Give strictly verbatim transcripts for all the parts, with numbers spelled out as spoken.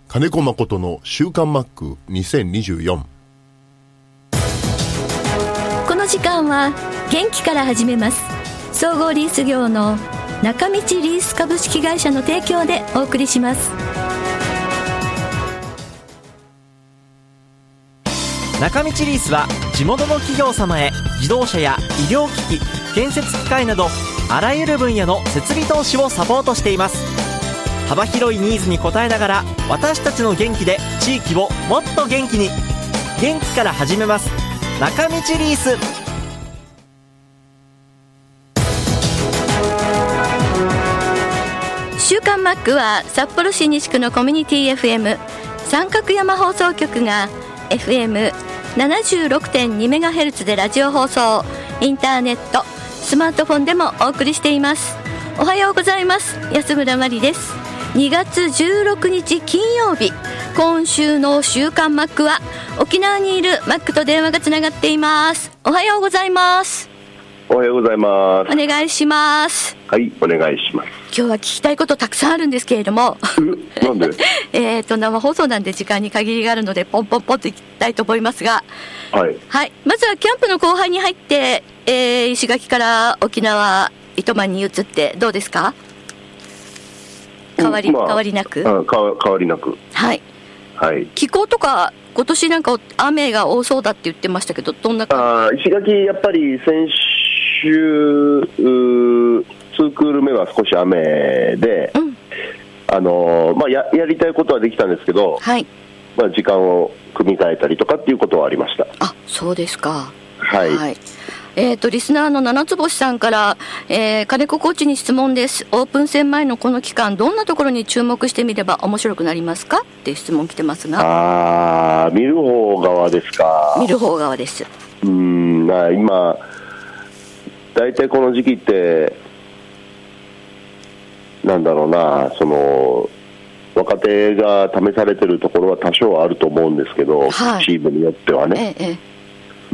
金子誠の週刊マックにせんにじゅうよん。 この時間は元気から始めます。総合リース業の中道リース株式会社の提供でお送りします。 中道リースは地元の企業様へ自動車や医療機器、建設機械などあらゆる分野の設備投資をサポートしています。幅広いニーズに応えながら私たちの元気で地域をもっと元気に。元気から始めます。中道リース。 週刊マックは札幌市西区のコミュニティ エフエム 三角山放送局が エフエムななじゅうろくてんにメガヘルツ でラジオ放送、インターネット、スマートフォンでもお送りしています。おはようございます。安村麻里です。にがつじゅうろくにち金曜日、今週の週刊マックは沖縄にいるマックと電話がつながっています。おはようございます。 おはようございます。 お願いします。 はい、お願いします。 今日は聞きたいことたくさんあるんですけれどもなんでえーと生放送なんで時間に限りがあるのでポンポンポンといきたいと思いますが、 はい、 はい、まずはキャンプの後半に入って、えー、石垣から沖縄糸満に移ってどうですか？変わり、まあ、変わりなく、 うん、変わりなく、 はい、 はい、 気候とか今年なんか雨が多そうだって言ってましたけど、どんな感じ？ あ、石垣やっぱり先週にクール目は少し雨で、うん、あのまあ、や, やりたいことはできたんですけど、 はい、 まあ、時間を組み替えたりとかっていうことはありました。 あ、そうですか。 はい、はい、 えー、とリスナーの七つ星さんから、えー、金子コーチに質問です。オープン戦前のこの期間、どんなところに注目してみれば面白くなりますかって質問来てますが。 あー、見る方側ですか。 見る方側です。 うーん、まあ、今だいたいこの時期ってなんだろうな、その若手が試されてるところは多少あると思うんですけど、はい、チームによってはね、ええ、うん、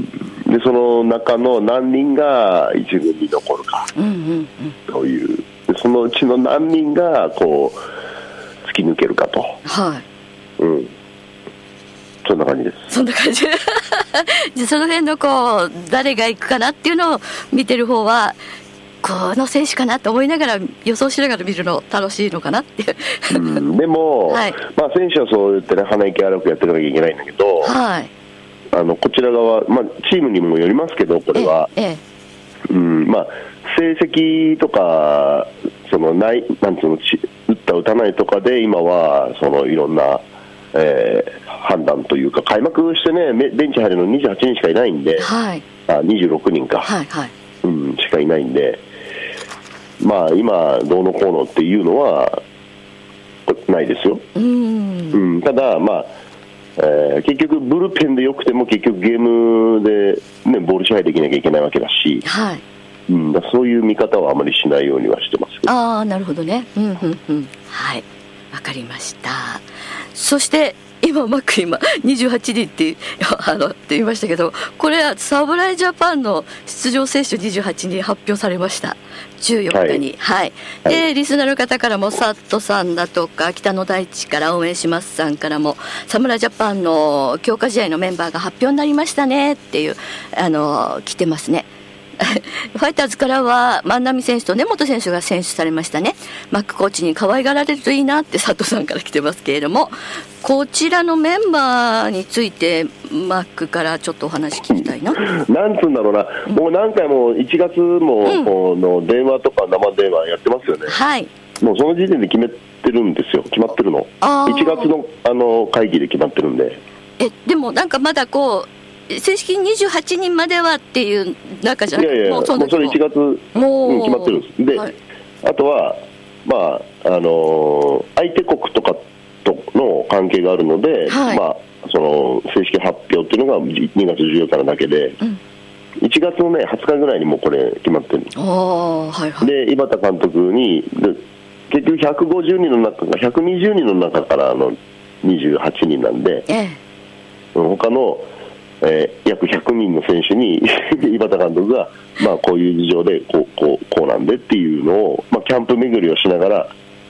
でその中の何人が一軍に残るか、うんうんうん、というでそのうちの何人がこう突き抜けるかと、はい、うん、そんな感じです。 そんな感じでその辺のこう誰が行くかなっていうのを見てる方はこの選手かなと思いながら予想しながら見るの楽しいのかなってうん、でも、はい、まあ、選手はそう言ってね、鼻息荒くやっていかなきゃいけないんだけど、はい、あのこちら側、まあ、チームにもよりますけど、これは、えええ、うん、まあ、成績とかそのないなんていうの、打った打たないとかで今はそのいろんな、えー、判断というか、開幕してね、ベンチ入るのにじゅうはちにんしかいないんで、はい、あにじゅうろくにんか、はいはい、うん、しかいないんで、まあ、今どうのこうのっていうのはないですよ。うん、うん、ただ、まあえー、結局ブルペンでよくても結局ゲームで、ね、ボール支配できなきゃいけないわけだし、はい、うん、だそういう見方はあまりしないようにはしてますけど。 ああ、なるほどね、うんうんうん、はい、わかりました。そして今マック今にじゅうはちにんってあのって言いましたけど、これは侍ジャパンの出場選手にじゅうはちにん発表されました。じゅうよっかに、はい、はい、でリスナーの方からもサットさんだとか北の大地から応援しますさんからも侍ジャパンの強化試合のメンバーが発表になりましたねっていうあの来てますね。ファイターズからは万波選手と根本選手が選出されましたね。マックコーチに可愛がられるといいなって佐藤さんから来てますけれども、こちらのメンバーについてマックからちょっとお話聞きたいな。 なんつうんだろうな、うん、もう何回もいちがつもこの電話とか生電話やってますよね、うん、はい、もうその時点で決めてるんですよ。決まってるのいちがつ の, あの会議で決まってるんで。えでもなんかまだこう正式ににじゅうはちにんまではっていう中じゃなくて、いやいや、もうその時ももうそれいちがつ、うん、決まってるんですで、はい、あとは、まああのー、相手国とかとの関係があるので、はい、まあ、その正式発表っていうのがにがつじゅうよっかなだけで、うん、いちがつの、ね、はつかぐらいにもうこれ決まってるんです。あ、はいはい、で井端監督にで結局ひゃくごじゅうにんの中がひゃくにじゅうにんの中からのにじゅうはちにんなんで、ええ、他のえー、約ひゃくにんの選手に井端監督が、まあ、こういう事情でこう、こう、こうなんでっていうのを、まあ、キャンプ巡りをしながら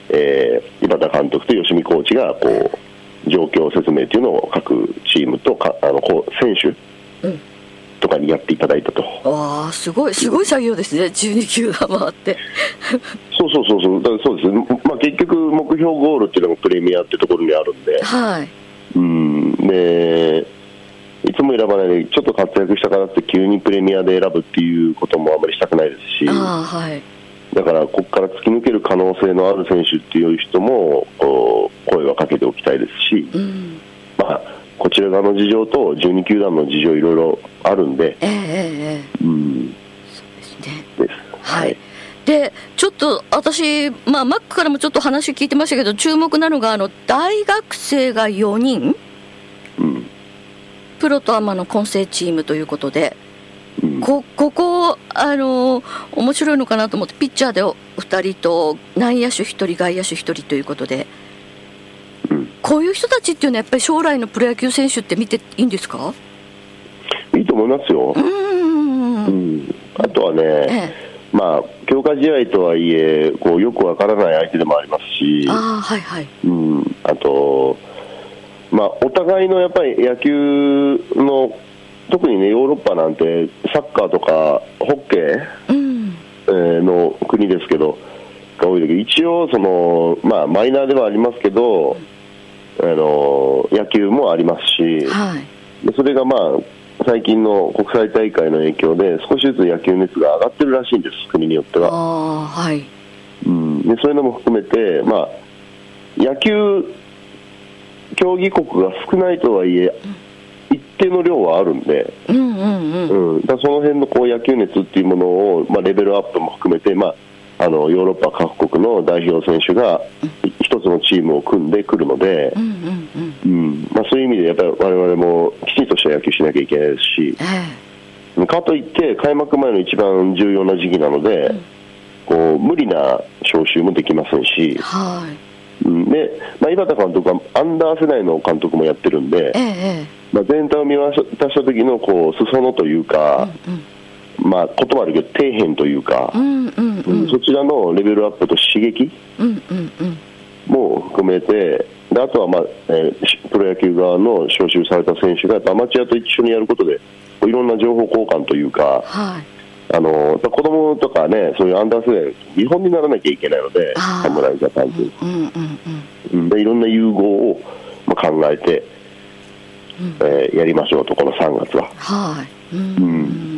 えー、井端監督と吉見コーチがこう状況説明というのを各チームとかあのこう選手とかにやっていただいたと。 ああ、すごいすごい作業ですね。じゅうに球団回ってそうそうそうそう、だからそうです、まあ、結局目標ゴールっていうのがプレミアってところにあるんで、 はい、 うんでいつも選ばないでちょっと活躍したからって急にプレミアで選ぶっていうこともあまりしたくないですし、 あ、はい、 だからここから突き抜ける可能性のある選手っていう人も声はかけておきたいですし、うん、まあ、こちら側の事情とじゅうに球団の事情いろいろあるんで、 えーえー、うん、そうですね。 です、 はい、でちょっと私、まあ、マックからもちょっと話聞いてましたけど、注目なのがあの大学生がよにん、うん、プロとアマの混成チームということで、うん、こ, ここあの面白いのかなと思って、ピッチャーでふたりと内野手ひとり外野手ひとりということで、うん、こういう人たちっていうのはやっぱり将来のプロ野球選手って見ていいんですか？ いいと思いますよ。うん、うん、あとはね、ええ、まあ、強化試合とはいえこうよくわからない相手でもありますし、 あ、はいはい、 うん、あと、まあ、お互いのやっぱり野球の特にねヨーロッパなんてサッカーとかホッケー、うん、えー、の国ですけどが多いけど、一応その、まあ、マイナーではありますけど、あの野球もありますし、はい、でそれがまあ最近の国際大会の影響で少しずつ野球熱が上がってるらしいんです、国によっては。 あ、はい、 うん、でそういうのも含めて、まあ、野球競技国が少ないとはいえ一定の量はあるんで、うんうんうんうん、だその辺のこう野球熱っていうものを、まあ、レベルアップも含めて、まあ、あのヨーロッパ各国の代表選手が一つのチームを組んでくるので、うんうんうんうん、まあ、そういう意味でやっぱり我々もきちんとした野球しなきゃいけないですし、えー、かといって開幕前の一番重要な時期なので、うん、こう無理な招集もできませんし、はい、で、まあ、井端監督はアンダー世代の監督もやってるんで、えーまあ、全体を見渡した時のこう裾野というか、うんうん、まあ、言葉あるけど底辺というか、うんうんうん、そちらのレベルアップと刺激も含めて、であとは、まあえー、プロ野球側の招集された選手がやっぱアマチュアと一緒にやることでいろんな情報交換というか、はい、あの子供とかね、そういうアンダー世代見本にならなきゃいけないので、侍ジャパンという、うんうんうん、でいろんな融合を、まあ、考えて、うん、えー、やりましょうと、このさんがつは。はい、うん、うん、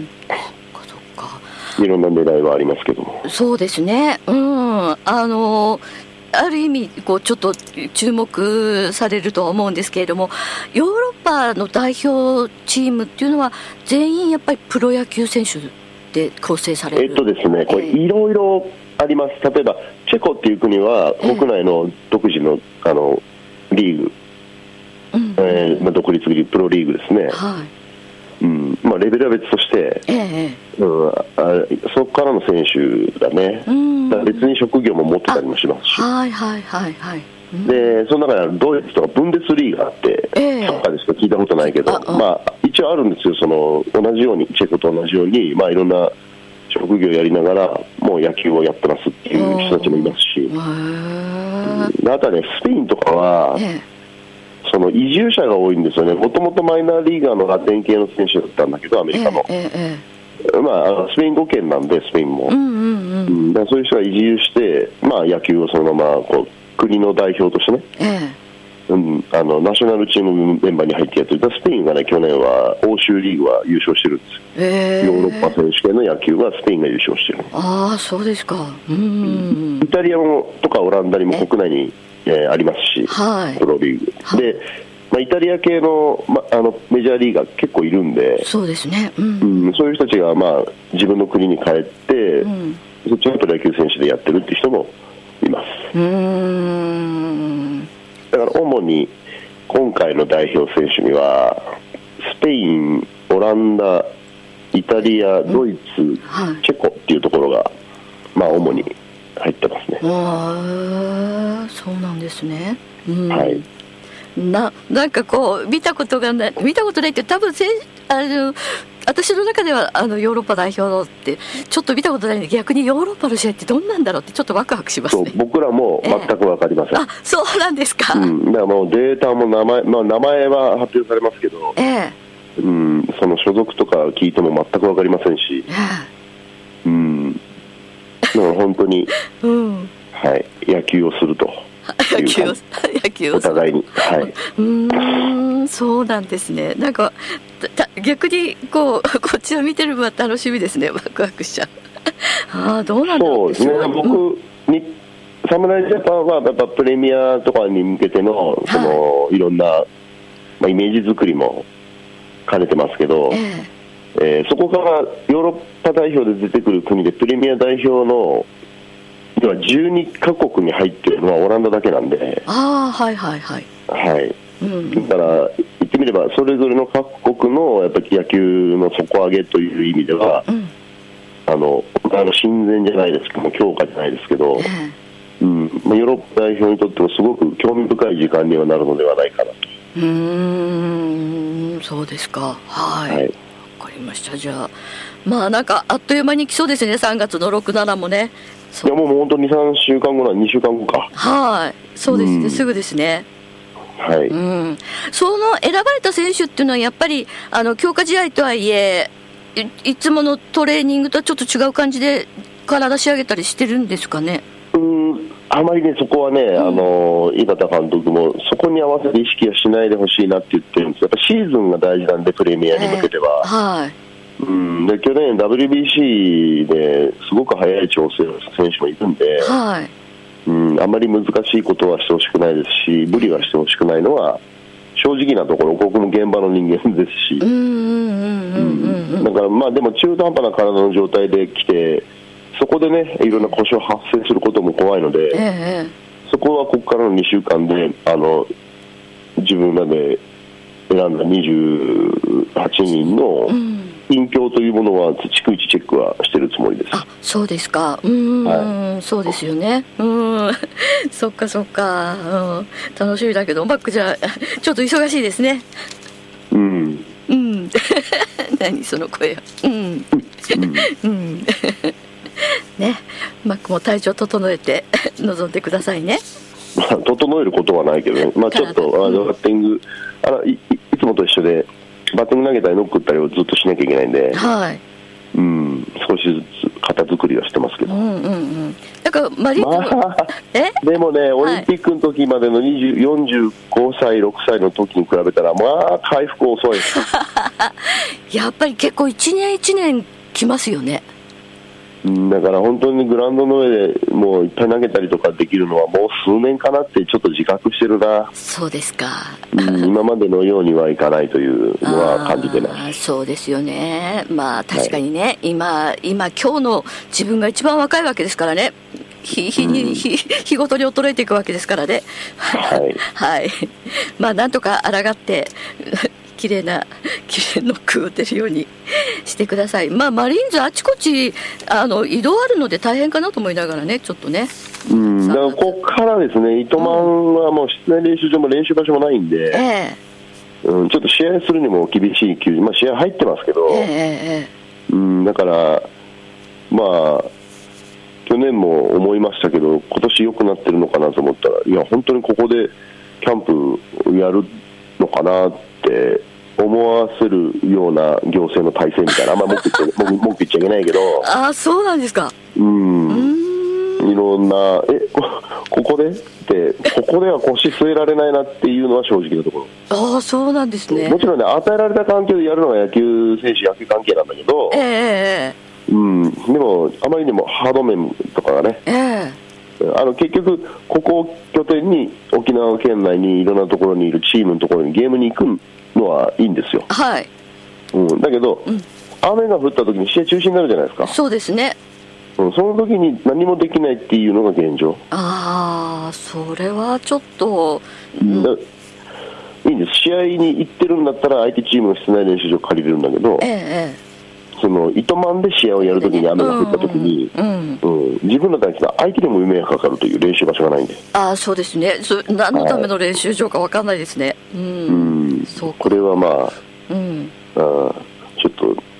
そっか、いろんな狙いはありますけども。 そうですね、うん、あのある意味こうちょっと注目されるとは思うんですけれども、ヨーロッパの代表チームっていうのは全員やっぱりプロ野球選手で構成される。 えっとですね、これいろいろあります。例えばチェコっていう国は国内の独自の、あのリーグ、うんえーまあ、独立リーグ、プロリーグですね、はい、うん、まあ、レベルは別として、ええ、うん、あそこからの選手だね、うん、だ別に職業も持ってたりもしますし、はいはいはいはい、うん、でその中にはドイツとかブンデスリーガーって、ええ、サッカーでしか聞いたことないけど、ああ、まあ、一応あるんですよ。その同じようにチェコと同じように、まあ、いろんな職業をやりながらもう野球をやってますっていう人たちもいますし、うん、あとはね、スペインとかは、ええ、その移住者が多いんですよね。もともとマイナーリーガーのラテン系の選手だったんだけど、アメリカの、ええええ、まあ、スペイン語圏なんで、スペインも、うんうんうんうん、だからそういう人が移住して、まあ、野球をそのままこう国の代表としてね、ええ、うん、あのナショナルチームメンバーに入ってやってる。スペインがね、去年は欧州リーグは優勝してるんですよ、えー、ヨーロッパ選手権の野球はスペインが優勝してる。 ああ、そうですか。うん、 イタリアもとかオランダにも国内に、えー、ありますし、はい、プロリーグ、はい、で、まあ、イタリア系の、ま、あのメジャーリーガー結構いるんで、 そうですね、うんうん、そういう人たちが、まあ、自分の国に帰って、うん、そっちのプロ野球選手でやってるっていう人もいます。うーん、だから主に今回の代表選手にはスペイン、オランダ、イタリア、ドイツ、うん、はい、チェコっていうところが、まあ、主に入ってますね。 ああ、そうなんですね、うん、 はい、な, なんかこう見たことがない見たことないって多分せあの私の中ではあのヨーロッパ代表のってちょっと見たことないので、逆にヨーロッパの試合ってどんなんだろうってちょっとワクワクしますね。 そう僕らも全く分かりません、 えー、あそうなんですか、 うん、だからもうデータも名前、まあ、名前は発表されますけど、 えーうん、その所属とか聞いても全く分かりませんし、えーうん、だから本当に、うんはい、野球をすると野球を野球をお互いに、はい、 うーんそうなんですね。なんか逆にこうこっちを見てる分は楽しみですね。ワクワクしちゃうああどうなんだろう。 そうですね、僕、うん、に侍ジャパンはやっぱプレミアとかに向けてのその、はい、いろんな、まあ、イメージ作りも兼ねてますけど、えーえー、そこからヨーロッパ代表で出てくる国でプレミア代表のではじゅうにカ国に入っているのはオランダだけなんで、 ああはいはいはい、 はいうん、だから言ってみればそれぞれの各国のやっぱり野球の底上げという意味では、うん、あのあの親善じゃないですけども強化じゃないですけど、えーうんまあ、ヨーロッパ代表にとってもすごく興味深い時間にはなるのではないかなと。 うーんそうですかはい、はい、分かりました。じゃあまあなんかあっという間に来そうですね。さんがつのろく、しちもね。 いやもう本当にさんしゅうかんごなにしゅうかんごか。 はいそうですね、うん、すぐですね。 はい、 うん、その選ばれた選手っていうのはやっぱりあの強化試合とはいえ い, いつものトレーニングとはちょっと違う感じで体仕上げたりしてるんですかね。 うんあまりねそこはね、うん、あの井端監督もそこに合わせて意識はしないでほしいなって言ってるんです。やっぱシーズンが大事なんでプレミアに向けては、えー、はいうん、で去年 ダブリュービーシー ですごく早い調整をした選手もいるんで、はいうん、あまり難しいことはしてほしくないですし無理はしてほしくないのは正直なところ僕も現場の人間ですしだからまあでも中途半端な体の状態で来てそこでねいろんな故障発生することも怖いので、ええ、そこはここからのにしゅうかんであの自分らで選んだにじゅうはちにんの、うん近況というものは逐一チェックはしてるつもりです。 あそうですかうん、はい、そうですよねうんそっかそっか、うん、楽しみだけどマックじゃちょっと忙しいですね。 うんうん何その声はうん、うん、ねマックも体調整えて臨んでくださいね。 整えることはないけどね、まあ、ちょっとあのバッティングあら い, いつもと一緒でバッティング投げたりノック打ったりをずっとしなきゃいけないんで、はいうん、少しずつ型作りはしてますけど、うんうんうん、 だからマリーンズ、まあ、 えでもねオリンピックの時までのにじゅうよんじゅうごさいろくさいの時に比べたらまあ回復遅いやっぱり結構いちねんいちねん来ますよね。 だから本当にグラウンドの上でもういっぱい投げたりとかできるのはもう数年かなってちょっと自覚してるな。 そうですか、 うん、今までのようにはいかないというのは感じてます。 そうですよね。まあ確かにね、はい、今今今日の自分が一番若いわけですからね。日日に、うん、日, 日ごとに衰えていくわけですからね。はい、はい、まあなんとか抗って綺麗な綺麗ノックを打てるようにしてください。まあマリーンズあちこちあの移動あるので大変かなと思いながらねちょっとね。 うんだからここからですね糸満はもう室内練習場も練習場所もないんで、えーうん、ちょっと試合するにも厳しい球場、まあ、試合入ってますけど、えーうん、だからまあ去年も思いましたけど今年良くなってるのかなと思ったらいや本当にここでキャンプやるのかなって思わせるような行政の体制みたいなあんまり文句言っちゃ文句言っちゃいけないけどああそうなんですか。 うんいろんなえ こ, ここでってここでは腰据えられないなっていうのは正直なところ。 ああそうなんですね。 もちろんね与えられた環境でやるのが野球選手野球関係なんだけど、えー、うん、でもあまりにもハード面とかがね、えー、あの結局ここを拠点に沖縄県内にいろんなところにいるチームのところにゲームに行くのはいいんですよ。 はい、 うん、だけど、うん、雨が降った時に試合中止になるじゃないですか。 そうですね、 うん、その時に何もできないっていうのが現状。 ああそれはちょっと、 うん、だいいんです。試合に行ってるんだったら相手チームの室内練習場借りれるんだけど、ええ、その糸満で試合をやる時に雨が降った時に、うんうんうん、自分の大事な相手にも迷惑かかるという練習場所がないんで。 ああそうですね。そ何のための練習場か分かんないですね。はい、うん、うん、そうこれはまあ、うん、あちょっと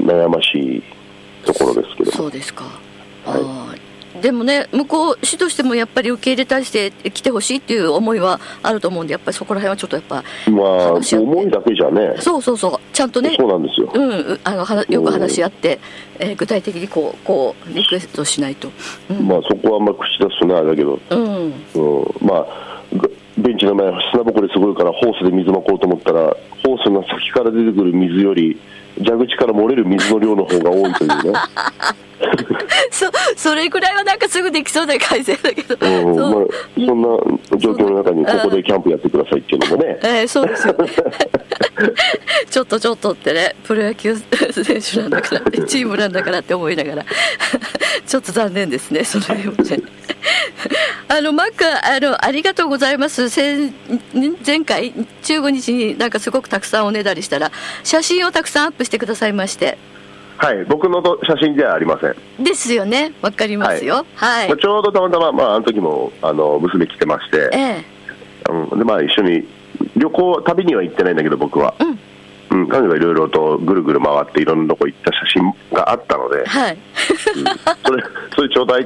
悩ましいところですけど。 そうですか。はい、あでもね、向こう市としてもやっぱり受け入れ体制来てほしいっていう思いはあると思うんで、やっぱりそこら辺はちょっとやっぱまあ思いだけじゃね、 そうそうそう、ちゃんとね、 そうなんですよ、 うん、あのはよく話し合って、えー、具体的にこうこうリクエストしないと、 うん、まあそこはあんま口出すとねあれだけど、うんうん、まあベンチの前砂ぼこりすごいからホースで水まこうと思ったら、ホースが先から出てくる水より蛇口から漏れる水の量の方が多いというねそ, それぐらいはなんかすぐできそうな改善だけど、 うん、そ, まあ、そんな状況の中にここでキャンプやってくださいっていうのもね、 えー、そうですよねちょっとちょっとってね、プロ野球選手なんだからってチームなんだからって思いながらちょっと残念ですね、その辺もねあのマックあのありがとうございます。前, 前回じゅうごにちになんかすごくたくさんおねだりしたら写真をたくさんアップしてくださいまして、 はい、僕の写真ではありませんですよね、わかりますよ、はいはい、 ちょうどたまたま、まあ、あの時もあの娘来てまして、ええうんでまあ、一緒に旅行旅には行ってないんだけど僕は、うんうん、彼女がいろいろとぐるぐる回っていろんなとこ行った写真があったので、はいうん、それそれちょうだいっつ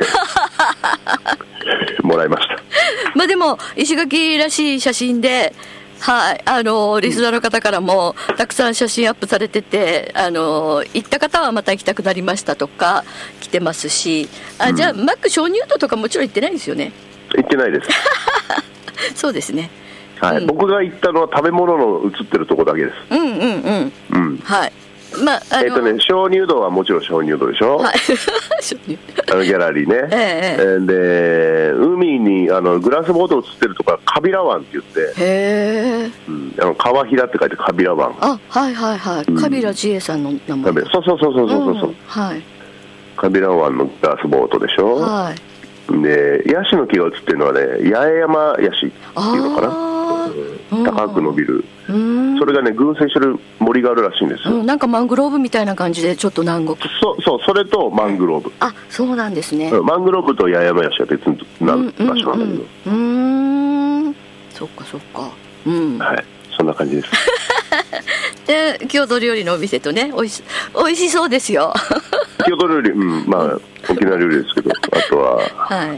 ってもらいましたまあでも石垣らしい写真で、はい、あのリスナーの方からもたくさん写真アップされてて、あの行った方はまた行きたくなりましたとか来てますし、あ、うん、じゃあマック鍾乳洞とかもちろん行ってないですよね。 行ってないですそうですね、 はい、うん、僕が行ったのは食べ物の写ってるとこだけです。うんうんうん、うん、はい。まあ、あのえっとね、鍾乳洞はもちろん鍾乳洞でしょ、はい、あのギャラリーね、ええ、で海にあのグラスボート写ってるとこはカビラ湾って言って、へー、うん、あの川平って書いてカビラ湾。あ、はいはいはい、うん、カビラジエさんの名前。そうそうそうそうそうそう、うん、はい、カビラ湾のグラスボートでしょ、はい、でヤシの木が写ってるのはね八重山ヤシっていうのかな、うん、高く伸びる、うん、それがね群生してる森があるらしいんですよ、うん、なんかマングローブみたいな感じでちょっと南国。そうそう、それとマングローブ、うん、あ、そうなんですね、うん、マングローブと八重山ヤシは別な場所なんだけど、うんうんうん、そっかそっか、うん、はい、そんな感じですで郷土料理のお店とね、おいし、おいしそうですよ郷土料理、うん、まあ沖縄料理ですけど、あとは、はい、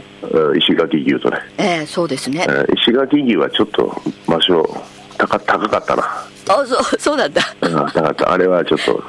石垣牛とね、えー、そうですね、えー、石垣牛はちょっと場所高, 高かったなあ。そう、そうなんだ、うん、高かった。あれはちょっと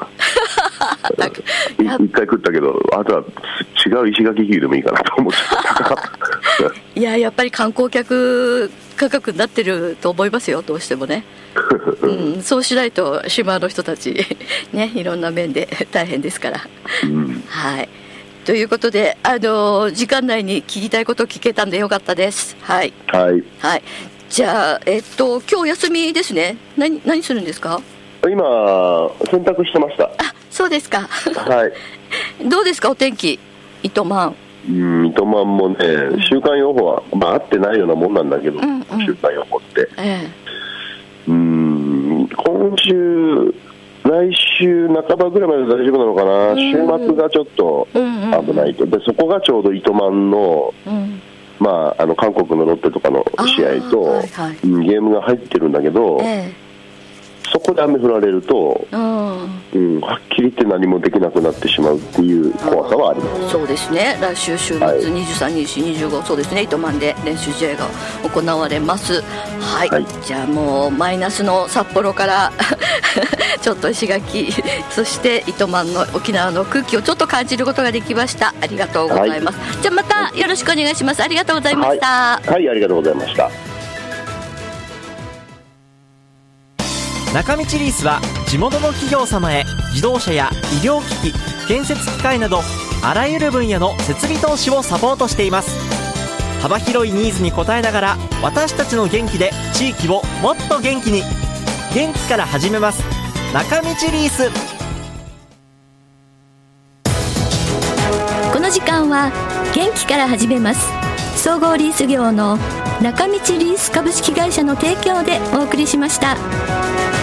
一回食ったけど、あとは違う石垣牛でもいいかなと思って高かったいや、やっぱり観光客価格になってると思いますよ、どうしてもね、うん、そうしないと島の人たちね、いろんな面で大変ですから、うん、はい、ということで、あの時間内に聞きたいことを聞けたんでよかったです。はい、はい、はい、じゃあ、えっと今日休みですね。何何するんですか？今洗濯してました。あ、そうですかはいどうですかお天気、糸満。うん、糸満もね、うん、週間予報は、まあ、合ってないようなもんなんだけど、うんうん、週間予報って、ええ、うん、今週来週半ばぐらいまで大丈夫なのかな、うん、週末がちょっと危ないと、でそこがちょうど糸満の、うん、まあ、あの韓国のロッテとかの試合と、はいはい、うん、ゲームが入ってるんだけど、ええ、そこで雨降られると、うん、はっきり言って何もできなくなってしまうっていう怖さはあります。そうですね、来週週末、はい、にじゅうさん、にじゅうよん、にじゅうご、そうですね、糸満で練習試合が行われます。はい、はい、じゃあもうマイナスの札幌からちょっと石垣、そして糸満の沖縄の空気をちょっと感じることができました。ありがとうございます、はい、じゃあまたよろしくお願いします。ありがとうございました。はい、はい、ありがとうございました。 中道リースは地元の企業様へ自動車や医療機器、建設機械などあらゆる分野の設備投資をサポートしています。幅広いニーズに応えながら私たちの元気で地域をもっと元気に、元気から始めます。中道リース。 この時間は元気から始めます、総合リース業の中道リース株式会社の提供でお送りしました。